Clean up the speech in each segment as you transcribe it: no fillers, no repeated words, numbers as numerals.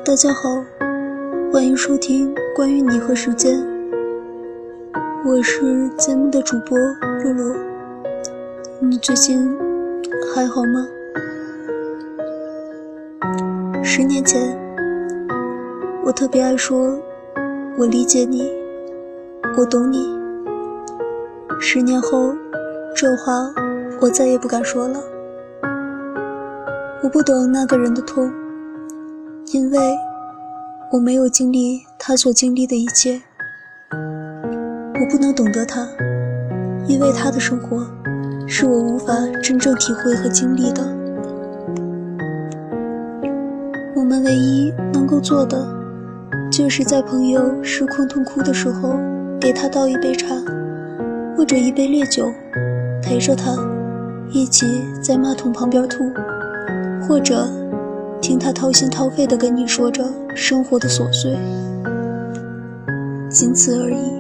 大家好，欢迎收听关于你和时间，我是节目的主播露露。你最近还好吗？10年前，我特别爱说我理解你，我懂你。10年后，这话我再也不敢说了。我不懂那个人的痛，因为我没有经历他所经历的一切。我不能懂得他，因为他的生活是我无法真正体会和经历的。我们唯一能够做的，就是在朋友失控痛哭的时候，给他倒一杯茶，或者一杯烈酒，陪着他一起在马桶旁边吐，或者听他掏心掏肺地跟你说着生活的琐碎，仅此而已。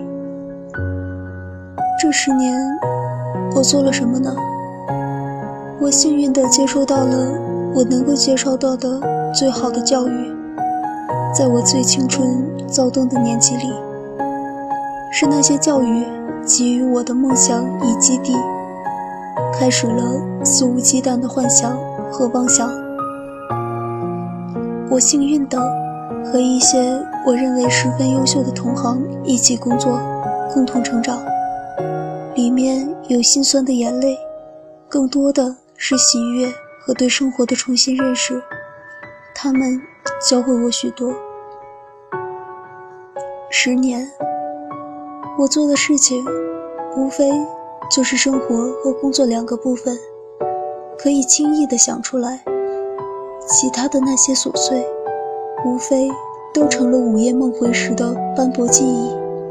这10年我做了什么呢？我幸运地接受到了我能够接受到的最好的教育，在我最青春躁动的年纪里，是那些教育给予我的梦想以基地，开始了肆无忌惮的幻想和妄想。我幸运地和一些我认为十分优秀的同行一起工作，共同成长，里面有心酸的眼泪，更多的是喜悦和对生活的重新认识。他们教会我许多。10年，我做的事情无非就是生活和工作2个部分，可以轻易地想出来，其他的那些琐碎无非都成了午夜梦回时的斑驳记忆。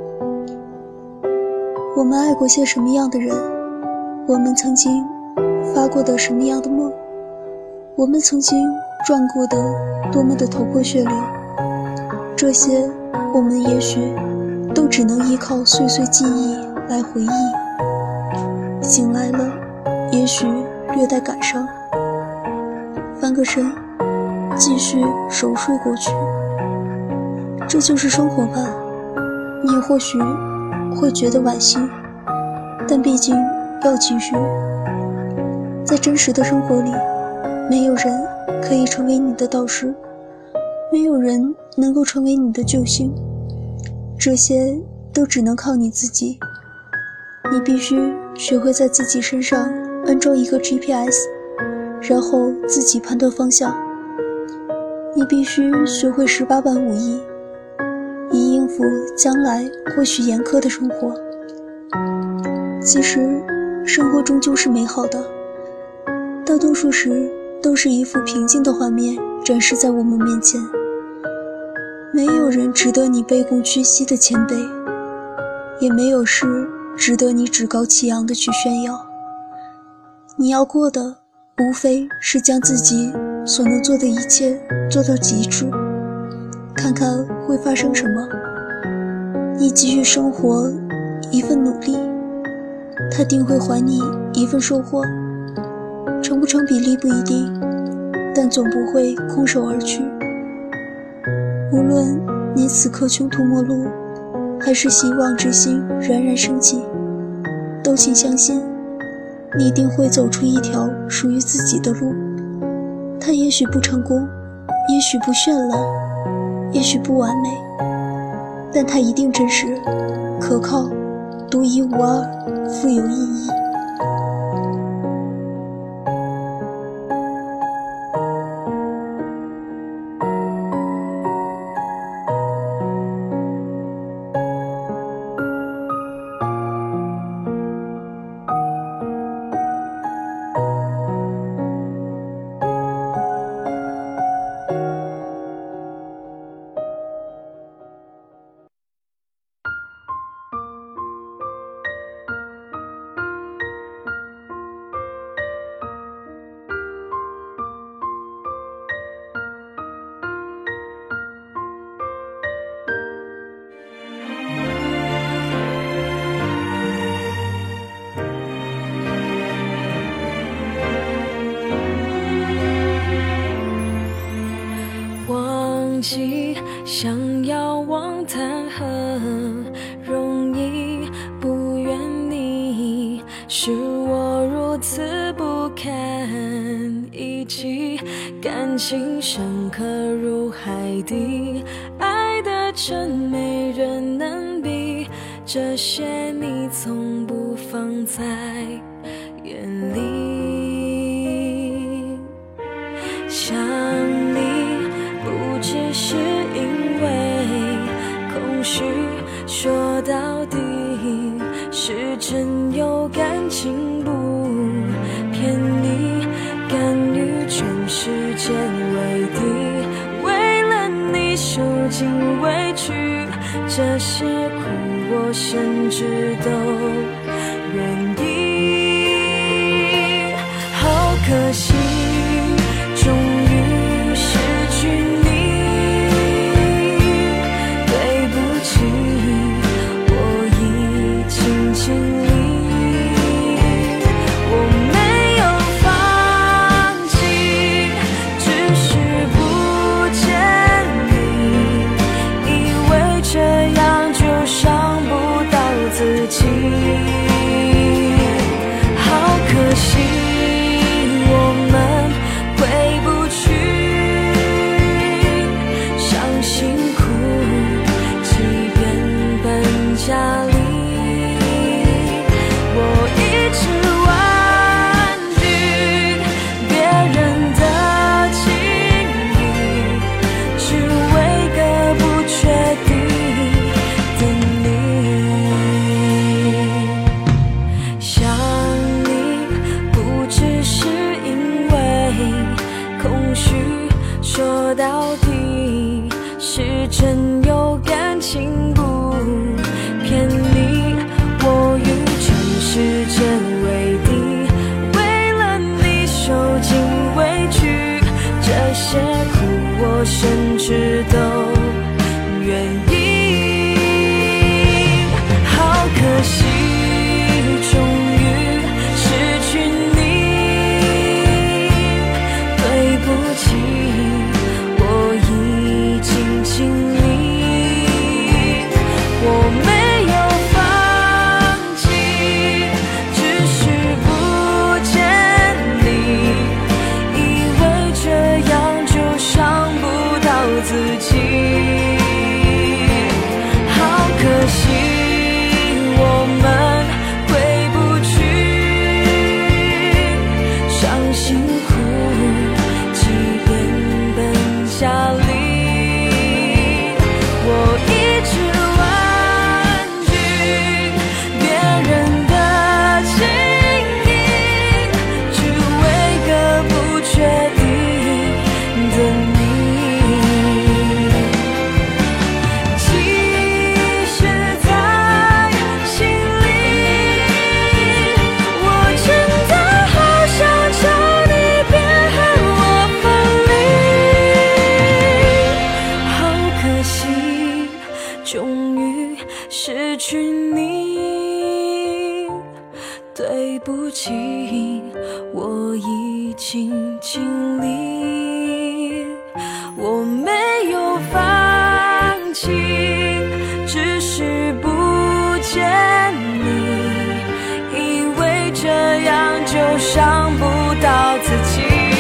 我们爱过些什么样的人，我们曾经发过的什么样的梦，我们曾经撞过的多么的头破血流，这些我们也许都只能依靠碎碎记忆来回忆。醒来了，也许略带感伤，翻个身，继续熟睡过去。这就是生活吧。你或许会觉得惋惜，但毕竟要继续。在真实的生活里，没有人可以成为你的导师，没有人能够成为你的救星，这些都只能靠你自己。你必须学会在自己身上安装一个 GPS， 然后自己判断方向。你必须学会18般武艺，以应付将来或许严苛的生活。其实生活终究是美好的，大多数时都是一幅平静的画面展示在我们面前。没有人值得你卑躬屈膝的谦卑，也没有事值得你趾高气扬的去炫耀。你要过的无非是将自己所能做的一切做到极致，看看会发生什么。你给予生活一份努力，它定会还你一份收获，成不成比例不一定，但总不会空手而去。无论你此刻穷途末路，还是希望之心冉冉升起，都请相信，你一定会走出一条属于自己的路。它也许不成功，也许不绚烂，也许不完美，但它一定真实、可靠、独一无二，富有意义。 起想要望谈何容易，不怨你是我如此不堪一击，感情深刻如海底，爱的真没人能比，这些你从不放在眼里。想你不只是因为空虚，说到底是真有感情不骗你，甘于全世界为敌，为了你受尽委屈，这些苦我甚至都愿意。好可惜终于失去你，对不起，我已经尽力，我没有放弃，只是不见你，以为这样就伤不到自己。好可惜我们回不去，伤心苦，即便奔家里，我一直婉拒别人的情意，只为个不确定的你。想你不只是因为空虚，说到底是真有感情不骗你，我与全世界为敌，为了你受尽委屈，这些苦我甚至都愿意。好可惜终于失去你，对不起，我已经尽力，我没有放弃，只是不见你，以为这样就伤不到自己。好可惜我们回不去，伤心苦，即便奔家里，我一直婉拒别人的情意，只为个不确定的你。其实在心里，我真的好想求你别和我分离。好可惜终于失去你，对不起，我已经尽力，我没有放弃，只是不见你，以为这样就伤不到自己。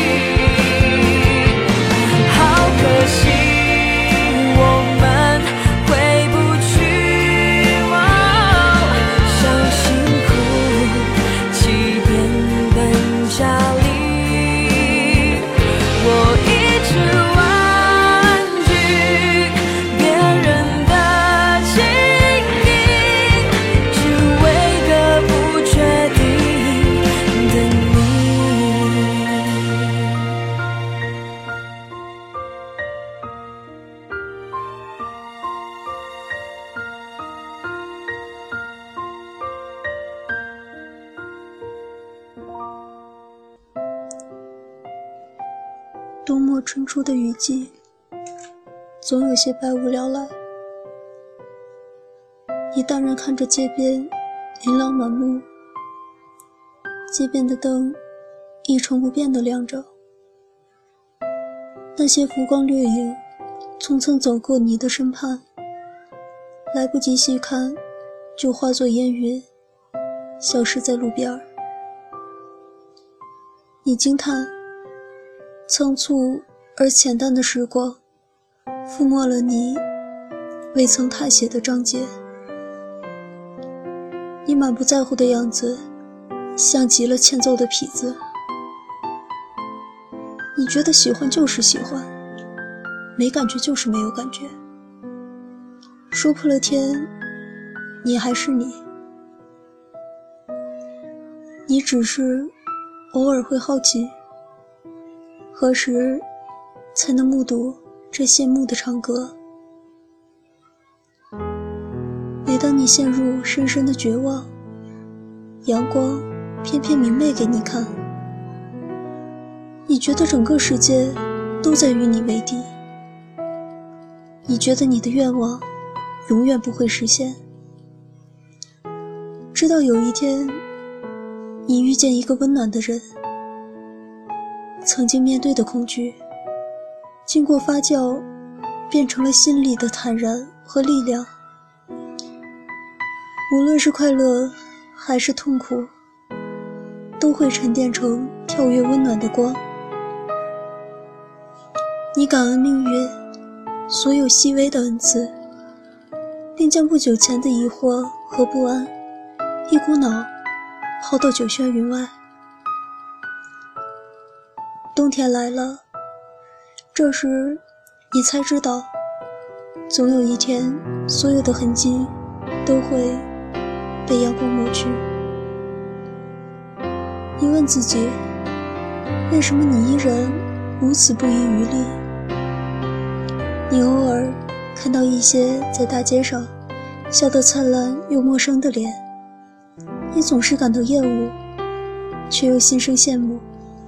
好可惜我们回不去，伤心苦，即便奔家里，我一直婉拒别人的情意，只为个不确定的你。 冬末春初的雨季，总有些百无聊赖。你淡然看着街边琳琅满目，街边的灯一成不变地亮着，那些浮光掠影匆匆走过你的身旁，来不及细看，就化作烟云，消失在路边。你惊叹，仓促而浅淡的时光，覆没了你未曾踏写的章节。你满不在乎的样子，像极了欠揍的痞子。你觉得喜欢就是喜欢，没感觉就是没有感觉。说破了天，你还是你。你只是偶尔会好奇，何时才能目睹这谢幕的长歌。每当你陷入深深的绝望，阳光偏偏明媚给你看，你觉得整个世界都在与你为敌，你觉得你的愿望永远不会实现。直到有一天，你遇见一个温暖的人，曾经面对的恐惧，经过发酵，变成了心里的坦然和力量。无论是快乐还是痛苦，都会沉淀成跳跃温暖的光。你感恩命运所有细微的恩赐，并将不久前的疑惑和不安一股脑抛到九霄云外。冬天来了，这时你才知道，总有一天所有的痕迹都会被阳光抹去。你问自己，为什么你依然如此不遗余力？你偶尔看到一些在大街上笑得灿烂又陌生的脸，你总是感到厌恶，却又心生羡慕。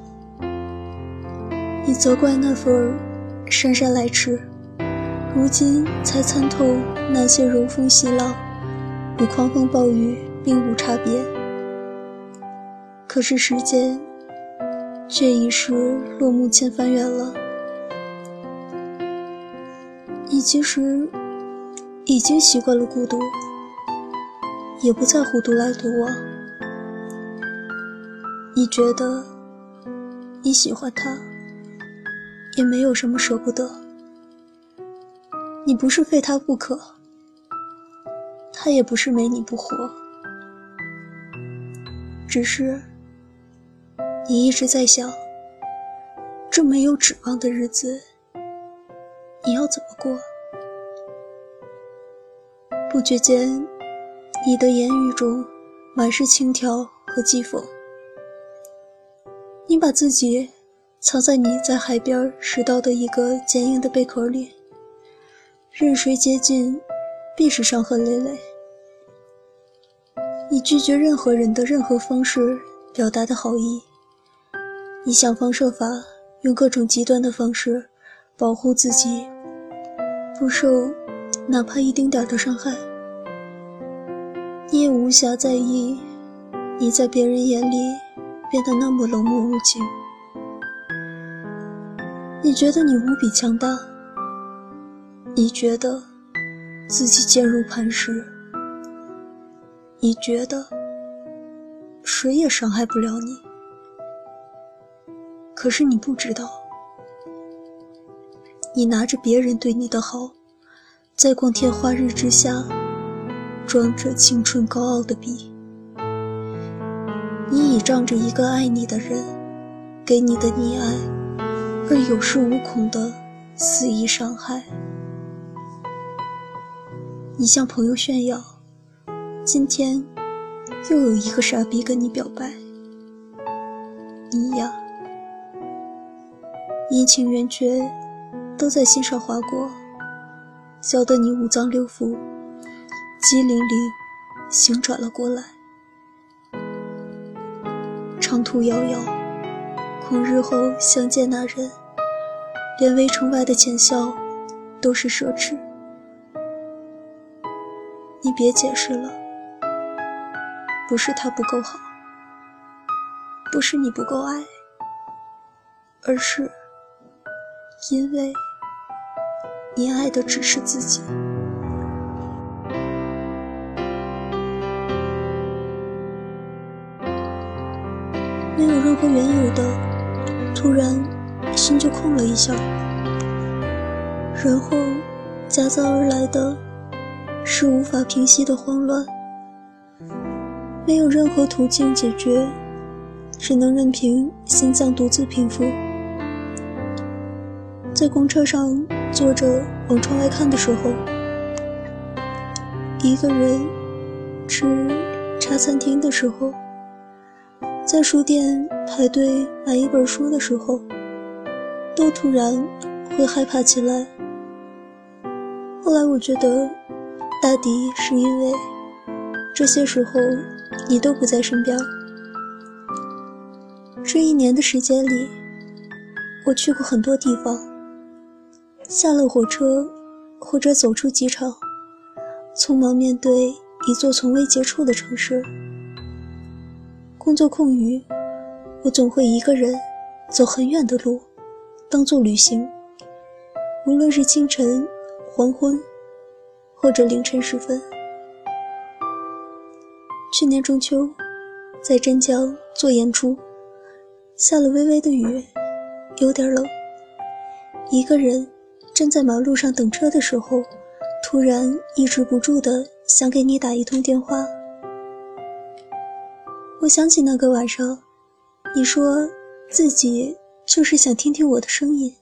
你责怪那份姗姗来迟，如今才参透那些柔风细浪与狂风暴雨并无差别。可是时间却已是落幕千帆远了。你其实已经习惯了孤独，也不再乎独来独往。你觉得你喜欢他，也没有什么舍不得。你不是非他不可，他也不是没你不活，只是你一直在想，这没有指望的日子你要怎么过？不觉间，你的言语中满是轻佻和讥讽。你把自己藏在你在海边拾到的一个坚硬的贝壳里，任谁接近必是伤痕累累。你拒绝任何人的任何方式表达的好意，你想方设法用各种极端的方式保护自己不受哪怕一丁点的伤害。你也无暇在意你在别人眼里变得那么冷漠无情。你觉得你无比强大，你觉得自己坚如磐石，你觉得谁也伤害不了你。可是你不知道，你拿着别人对你的好，在光天化日之下装着青春高傲的笔。你倚仗着一个爱你的人给你的溺爱，而有恃无恐的肆意伤害。你向朋友炫耀，今天又有一个傻逼跟你表白。你呀，阴晴圆缺都在心上划过，笑得你五脏六腑机灵灵醒转了过来。长途遥遥，恐日后相见那人，连围城外的浅笑都是奢侈。你别解释了，不是他不够好，不是你不够爱，而是因为你爱的只是自己。没有任何缘由的，突然心就空了一下，然后夹杂而来的是无法平息的慌乱，没有任何途径解决，只能任凭心脏独自平复。在公车上坐着往窗外看的时候，一个人吃茶餐厅的时候，在书店排队买一本书的时候，都突然会害怕起来。后来我觉得大抵是因为这些时候你都不在身边。这1年的时间里，我去过很多地方，下了火车或者走出机场，匆忙面对一座从未接触的城市。工作空余，我总会一个人走很远的路，当作旅行，无论是清晨、黄昏或者凌晨时分。去年中秋，在镇江做演出，下了微微的雨，有点冷。一个人站在马路上等车的时候，突然抑制不住的想给你打一通电话。我想起那个晚上，你说自己就是想听听我的声音。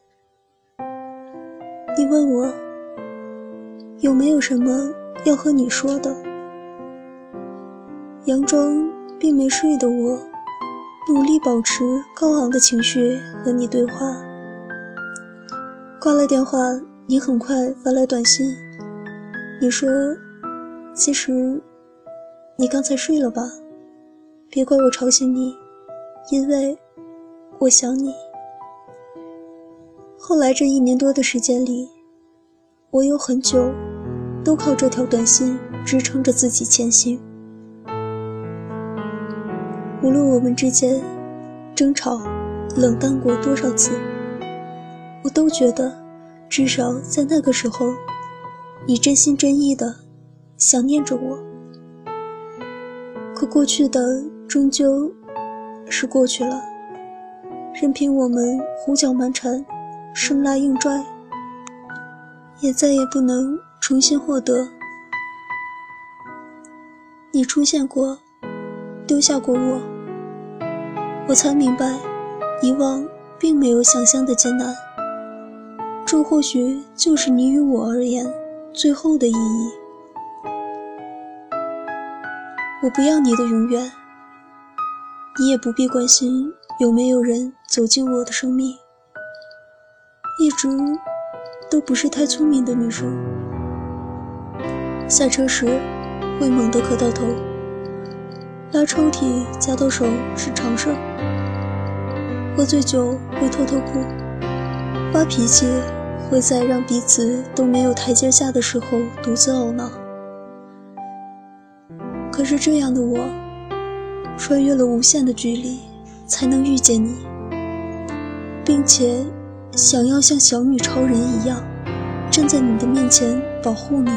你问我有没有什么要和你说的。佯装并没睡的我，努力保持高昂的情绪和你对话。挂了电话，你很快发来短信，你说其实你刚才睡了吧，别怪我吵醒你，因为我想你。后来这1年多的时间里，我有很久都靠这条短信支撑着自己前行。无论我们之间争吵冷淡过多少次，我都觉得至少在那个时候，你真心真意的想念着我。可过去的终究是过去了，任凭我们胡搅蛮缠，生拉硬拽，也再也不能重新获得。你出现过，丢下过我，我才明白遗忘并没有想象的艰难，这或许就是你与我而言最后的意义。我不要你的永远，你也不必关心有没有人走进我的生命。一直都不是太聪明的女生，下车时会猛地磕到头，拉抽屉夹到手是常事，喝醉酒会偷偷哭，发脾气会在让彼此都没有台阶下的时候独自懊恼。可是这样的我，穿越了无限的距离才能遇见你，并且想要像小女超人一样站在你的面前保护你。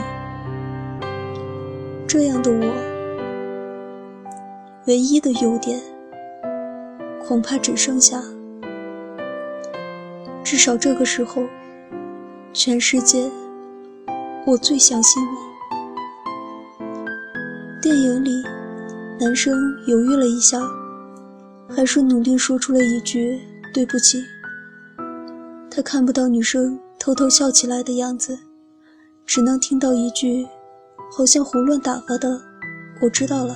这样的我，唯一的优点恐怕只剩下，至少这个时候，全世界我最相信你。电影里，男生犹豫了一下，还是努力说出了一句对不起。他看不到女生偷偷笑起来的样子，只能听到一句好像胡乱打发的我知道了。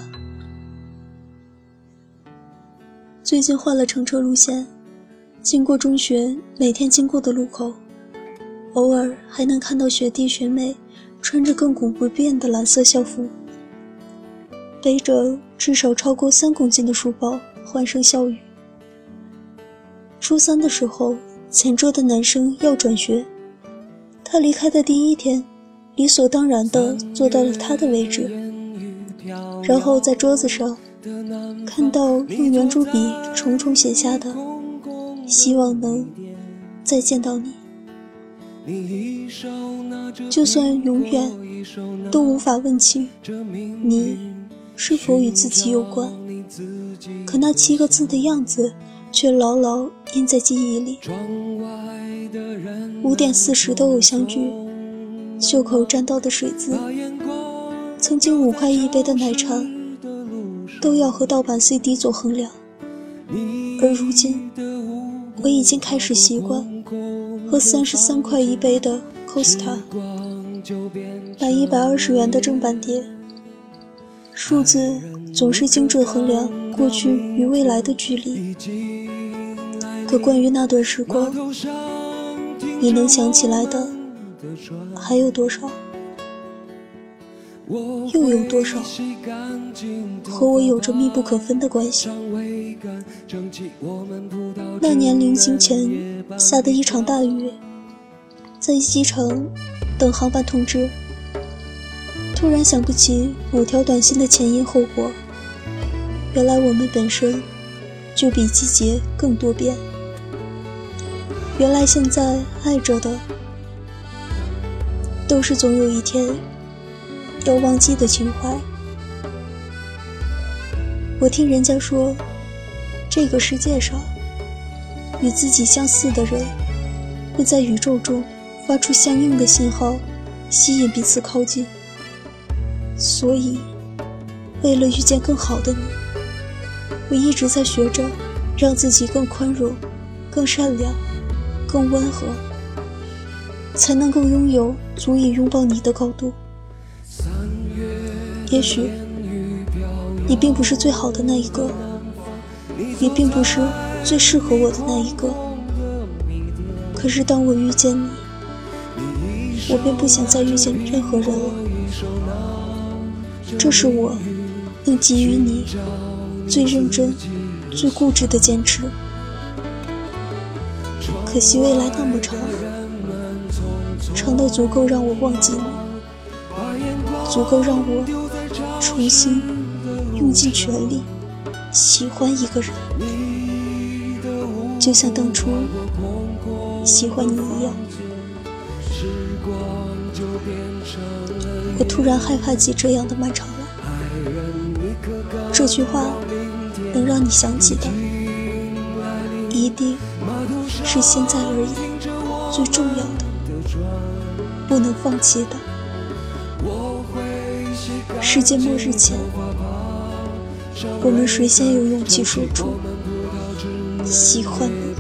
最近换了乘车路线，经过中学每天经过的路口，偶尔还能看到学弟学妹穿着亘古不变的蓝色校服，背着至少超过3公斤的书包欢声笑语。初3的时候，前桌的男生要转学，他离开的第1天，理所当然地坐到了他的位置，然后在桌子上看到用圆珠笔重重写下的希望能再见到你。 就算永远都无法问清你是否与自己有关，可那7个字的样子却牢牢印在记忆里。5点40的偶像剧，袖口沾到的水渍，曾经5块1杯的奶茶都要和盗版 CD 做衡量，而如今我已经开始习惯和33块1杯的 Costa 买120元的正版碟。数字总是精准衡量过去与未来的距离，可关于那段时光，你能想起来的还有多少？又有多少和我有着密不可分的关系？那年临行前下的一场大雨，在机场等航班通知，突然想不起某条短信的前因后果。原来我们本身就比季节更多变，原来现在爱着的都是总有一天要忘记的情怀。我听人家说，这个世界上与自己相似的人会在宇宙中发出相应的信号，吸引彼此靠近。所以为了遇见更好的你，我一直在学着让自己更宽容，更善良，更温和，才能够拥有足以拥抱你的高度。也许你并不是最好的那一个，也并不是最适合我的那一个，可是当我遇见你，我便不想再遇见任何人了。这是我能给予你最认真最固执的坚持。可惜未来那么长，长到足够让我忘记你，足够让我重新用尽全力喜欢一个人，就像当初喜欢你一样。我突然害怕起这样的漫长来，这句话能让你想起的，一定是现在而已最重要的，不能放弃的。世界末日前，我们谁先有勇气说出喜欢你？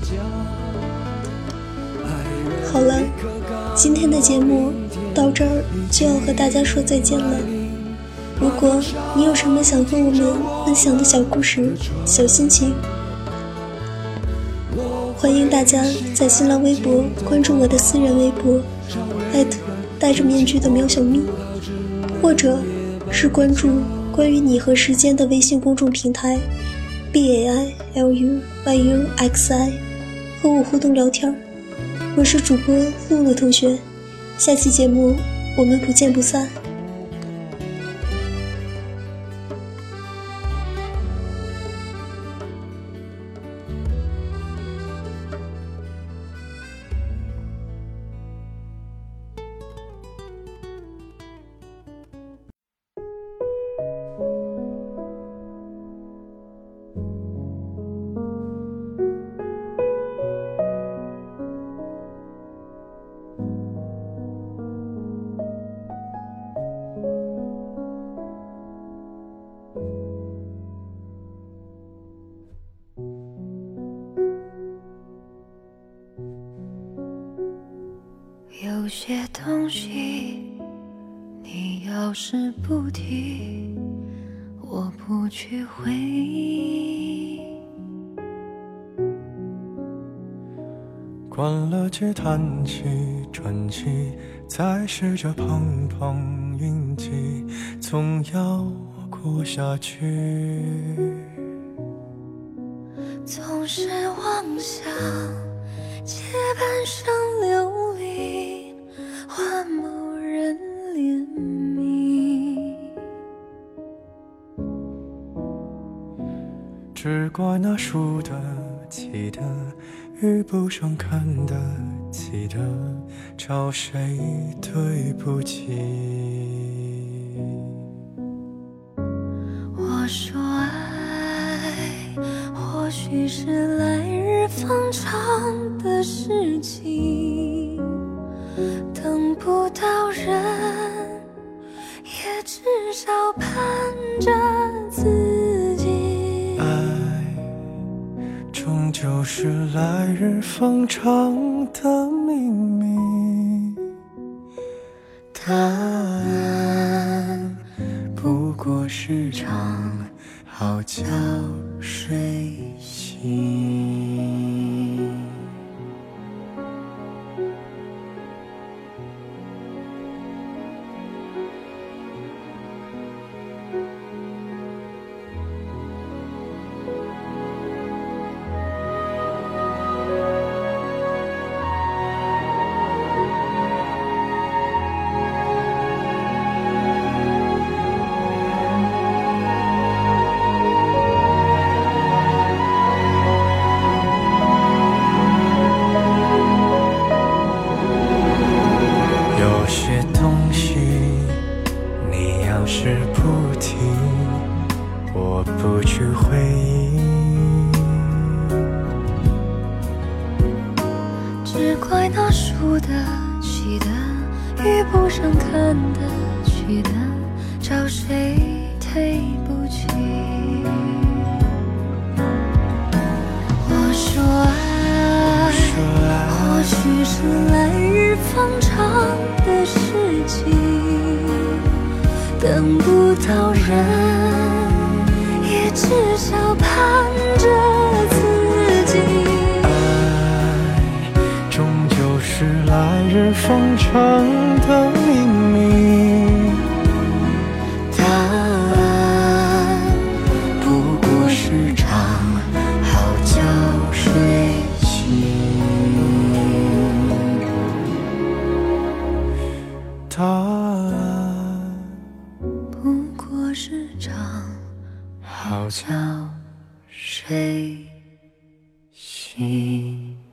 好了，今天的节目到这儿就要和大家说再见了。如果你有什么想和我们分享的小故事、小心情，欢迎大家在新浪微博关注我的私人微博戴着面具的喵小咪，或者是关注关于你和时间的微信公众平台 BAILUYUXI 和我互动聊天。我是主播露露同学，下期节目我们不见不散。 有些东西你要是不提，我不去回忆。 关了机叹气喘气，再试着碰碰运气，总要过下去。 总是妄想借半生流离换某人怜悯， 只怪那输得起的遇不上看得记得找谁对不起。 我说爱或许是来日方长的事情，等不到人也至少盼着自己。 爱终究是来日方长的秘密，答案不过是场好觉睡醒。是不听，我不去回应， 只怪那输得起的遇不上看得起的，找谁对不起。我说爱或许是来日方长的事情，等不到人也至少盼着自己。 爱终究是来日方长的秘密， 答案不过是场好觉睡醒。 答案不过是场好觉觉睡醒。